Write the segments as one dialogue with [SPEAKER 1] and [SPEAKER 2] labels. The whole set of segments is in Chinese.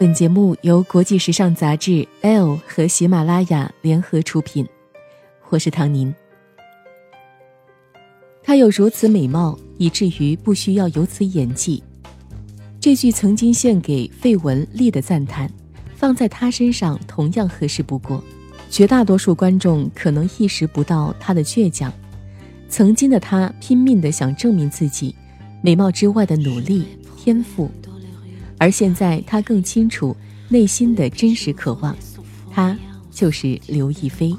[SPEAKER 1] 本节目由国际时尚杂志 Elle 和喜马拉雅联合出品，我是唐宁。她有如此美貌，以至于不需要有此演技。这句曾经献给费雯丽的赞叹，放在她身上同样合适不过。绝大多数观众可能意识不到她的倔强，曾经的她拼命地想证明自己美貌之外的努力、天赋，而现在她更清楚内心的真实渴望，她就是刘亦菲。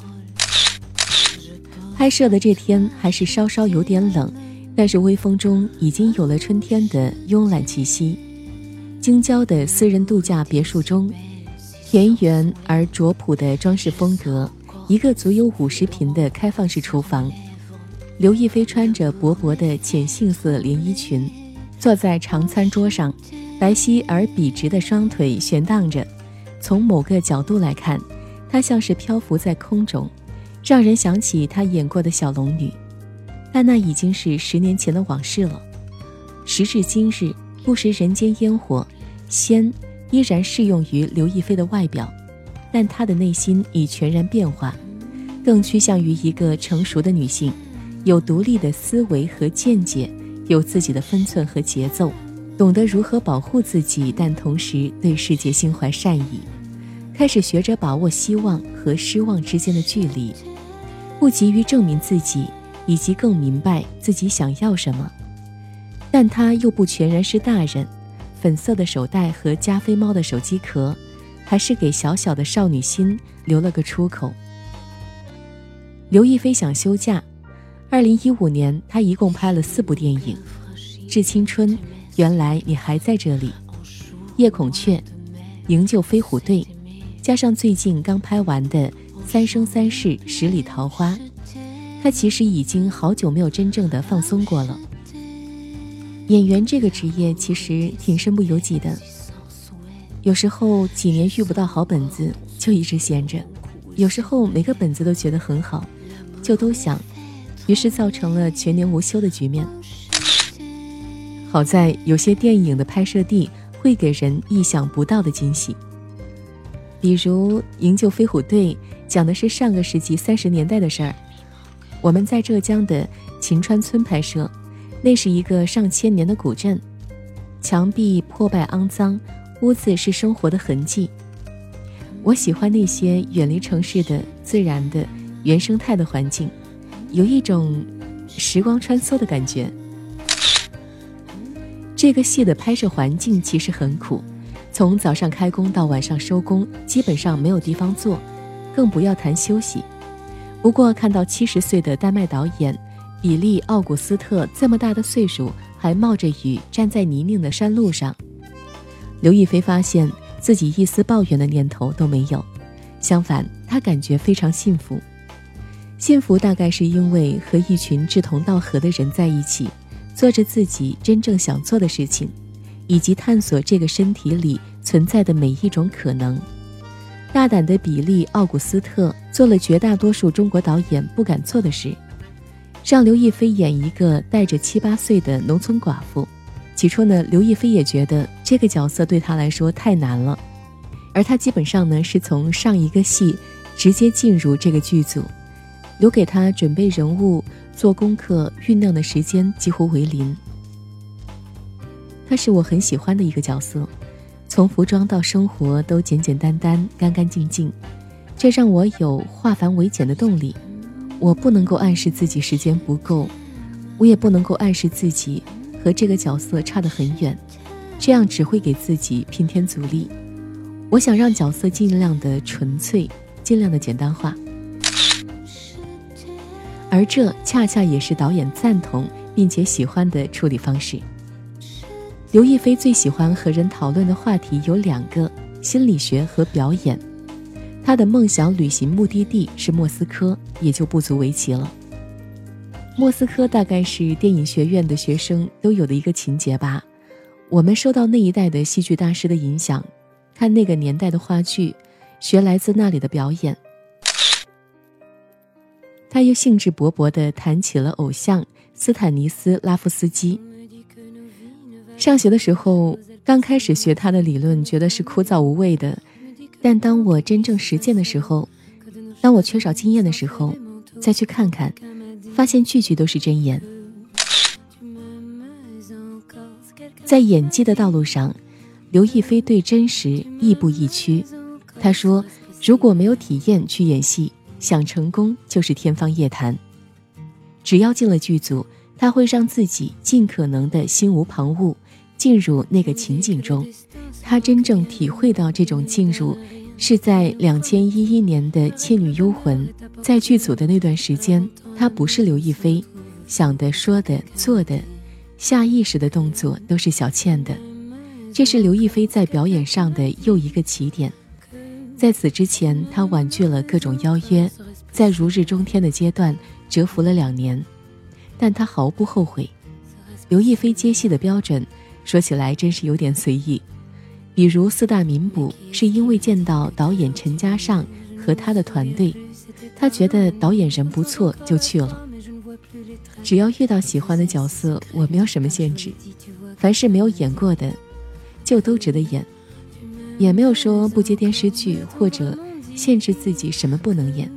[SPEAKER 1] 拍摄的这天还是稍稍有点冷，但是微风中已经有了春天的慵懒气息。京郊的私人度假别墅中，田园而拙朴的装饰风格，一个足有50平的开放式厨房。刘亦菲穿着薄薄的浅杏色连衣裙，坐在长餐桌上，白皙而笔直的双腿悬荡着。从某个角度来看，她像是漂浮在空中，让人想起她演过的小龙女。但那已经是10年前的往事了。时至今日，不食人间烟火，仙依然适用于刘亦菲的外表，但她的内心已全然变化，更趋向于一个成熟的女性，有独立的思维和见解，有自己的分寸和节奏，懂得如何保护自己，但同时对世界心怀善意，开始学着把握希望和失望之间的距离，不急于证明自己，以及更明白自己想要什么。但她又不全然是大人，粉色的手袋和加菲猫的手机壳，还是给小小的少女心留了个出口。刘亦菲想休假，2015年她一共拍了4部电影：致青春、原来你还在这里、夜孔雀、营救飞虎队，加上最近刚拍完的三生三世十里桃花，她其实已经好久没有真正的放松过了。演员这个职业其实挺身不由己的，有时候几年遇不到好本子就一直闲着，有时候每个本子都觉得很好，就都想，于是造成了全年无休的局面。好在有些电影的拍摄地会给人意想不到的惊喜，比如《营救飞虎队》讲的是上个世纪30年代的事儿，我们在浙江的秦川村拍摄，那是一个上千年的古镇，墙壁破败肮脏，屋子是生活的痕迹。我喜欢那些远离城市的自然的原生态的环境，有一种时光穿梭的感觉。这个戏的拍摄环境其实很苦，从早上开工到晚上收工，基本上没有地方坐，更不要谈休息。不过看到70岁的丹麦导演比利·奥古斯特这么大的岁数还冒着雨站在泥泞的山路上，刘亦菲发现自己一丝抱怨的念头都没有，相反，她感觉非常幸福。幸福大概是因为和一群志同道合的人在一起，做着自己真正想做的事情，以及探索这个身体里存在的每一种可能。大胆的比利·奥古斯特做了绝大多数中国导演不敢做的事，让刘亦菲演一个带着7、8岁的农村寡妇。起初呢，刘亦菲也觉得这个角色对她来说太难了，而她基本上呢是从上一个戏直接进入这个剧组，留给她准备人物、做功课、酝酿的时间几乎为零。她是我很喜欢的一个角色，从服装到生活都简简单单、干干净净，这让我有化繁为简的动力。我不能够暗示自己时间不够，我也不能够暗示自己和这个角色差得很远，这样只会给自己平添阻力。我想让角色尽量的纯粹，尽量的简单化，而这恰恰也是导演赞同并且喜欢的处理方式。刘亦菲最喜欢和人讨论的话题有2个：心理学和表演。她的梦想旅行目的地是莫斯科，也就不足为奇了。莫斯科大概是电影学院的学生都有的一个情节吧。我们受到那一代的戏剧大师的影响，看那个年代的话剧，学来自那里的表演。他又兴致勃勃地谈起了偶像斯坦尼斯拉夫斯基。上学的时候， 刚开始学他的理论觉得是枯燥无味的，但当我真正实践的时候，当我缺少经验的时候，再去看看，发现句句都是真言。在演技的道路上，刘亦菲对真实亦步亦趋。她说，如果没有体验去演戏，想成功就是天方夜谭。只要进了剧组，她会让自己尽可能的心无旁骛，进入那个情景中。她真正体会到这种进入，是在2011年的《倩女幽魂》。在剧组的那段时间，她不是刘亦菲，想的、说的、做的，下意识的动作都是小倩的。这是刘亦菲在表演上的又一个起点。在此之前，她婉拒了各种邀约，在如日中天的阶段蛰伏了2年，但她毫不后悔。刘亦菲接戏的标准说起来真是有点随意，比如4大名捕是因为见到导演陈嘉上和他的团队，她觉得导演人不错就去了。只要遇到喜欢的角色，我没有什么限制，凡是没有演过的就都值得演，也没有说不接电视剧或者限制自己什么不能演。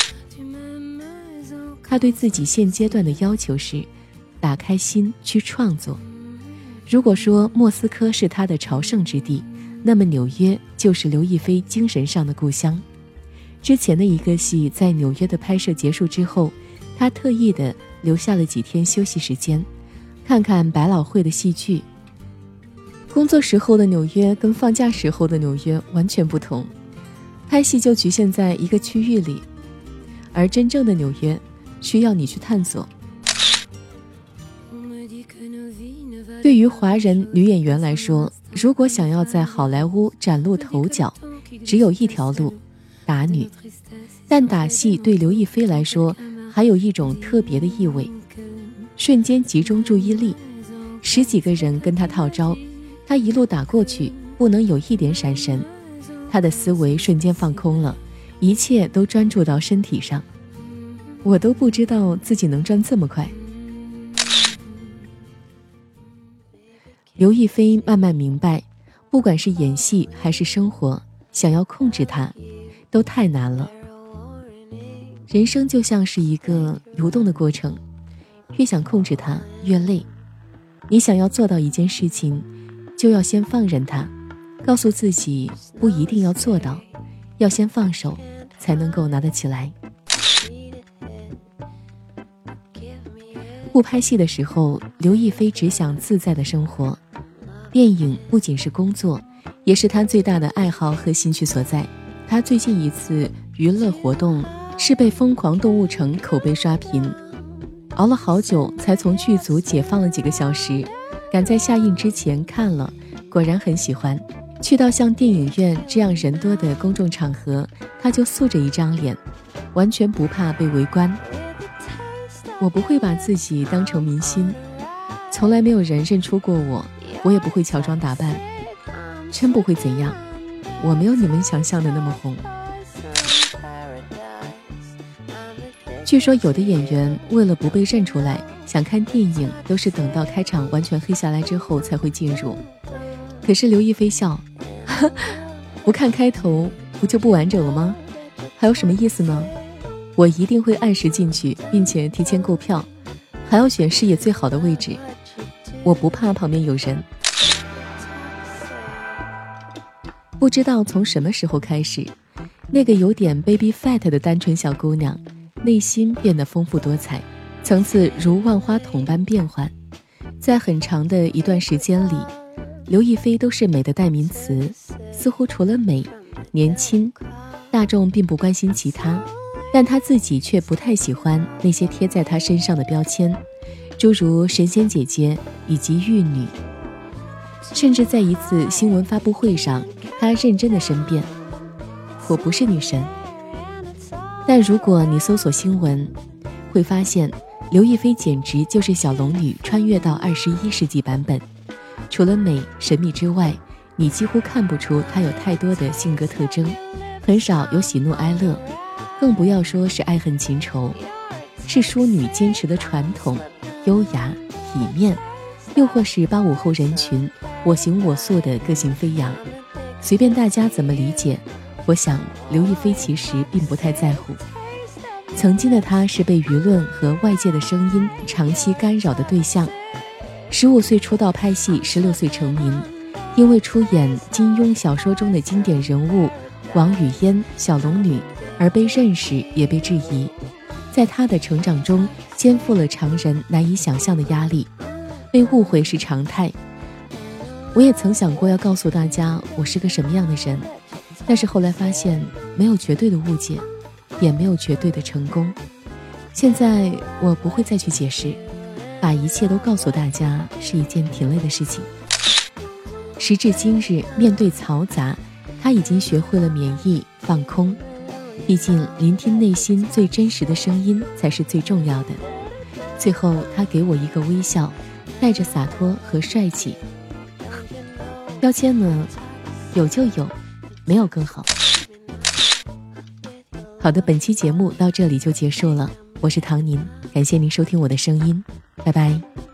[SPEAKER 1] 他对自己现阶段的要求是打开心去创作。如果说莫斯科是他的朝圣之地，那么纽约就是刘亦菲精神上的故乡。之前的一个戏在纽约的拍摄结束之后，他特意的留下了几天休息时间，看看百老汇的戏剧。工作时候的纽约跟放假时候的纽约完全不同，拍戏就局限在一个区域里，而真正的纽约需要你去探索。对于华人女演员来说，如果想要在好莱坞崭露头角，只有一条路，打女。但打戏对刘亦菲来说还有一种特别的意味，瞬间集中注意力，10几个人跟她套招，她一路打过去，不能有一点闪神。她的思维瞬间放空了，一切都专注到身体上。我都不知道自己能转这么快。刘亦菲慢慢明白，不管是演戏还是生活，想要控制它都太难了。人生就像是一个流动的过程，越想控制它越累。你想要做到一件事情，就要先放任它，告诉自己不一定要做到，要先放手才能够拿得起来。不拍戏的时候，刘亦菲只想自在的生活。电影不仅是工作，也是她最大的爱好和兴趣所在。她最近一次娱乐活动是被《疯狂动物城》口碑刷屏，熬了好久才从剧组解放了几个小时，赶在下映之前看了，果然很喜欢。去到像电影院这样人多的公众场合，她就素着一张脸，完全不怕被围观。我不会把自己当成明星，从来没有人认出过我，我也不会乔装打扮，真不会怎样，我没有你们想象的那么红。据说有的演员为了不被认出来，想看电影都是等到开场完全黑下来之后才会进入。可是刘亦菲笑，不看开头不就不完整了吗？还有什么意思呢？我一定会按时进去，并且提前购票，还要选视野最好的位置。我不怕旁边有人。不知道从什么时候开始，那个有点 baby fat 的单纯小姑娘内心变得丰富多彩，层次如万花筒般变换。在很长的一段时间里，刘亦菲都是美的代名词，似乎除了美、年轻，大众并不关心其他，但她自己却不太喜欢那些贴在她身上的标签，诸如神仙姐姐以及玉女。甚至在一次新闻发布会上，她认真地申辩，我不是女神。但如果你搜索新闻，会发现刘亦菲简直就是小龙女穿越到21世纪版本。除了美神秘之外，你几乎看不出她有太多的性格特征，很少有喜怒哀乐，更不要说是爱恨情仇，是淑女坚持的传统，优雅体面， 又或是85后人群我行我素的个性飞扬，随便大家怎么理解，我想刘亦菲其实并不太在乎。曾经的她是被舆论和外界的声音长期干扰的对象，15岁出道拍戏，16岁成名，因为出演金庸小说中的经典人物王语嫣、小龙女而被认识也被质疑，在她的成长中肩负了常人难以想象的压力，被误会是常态。我也曾想过要告诉大家我是个什么样的人，但是后来发现没有绝对的误解，也没有绝对的成功。现在我不会再去解释，把一切都告诉大家是一件挺累的事情。时至今日，面对嘈杂，他已经学会了免疫放空，毕竟聆听内心最真实的声音才是最重要的。最后他给我一个微笑，带着洒脱和帅气。标签呢，有就有，没有更好。好的，本期节目到这里就结束了，我是唐宁，感谢您收听我的声音，拜拜。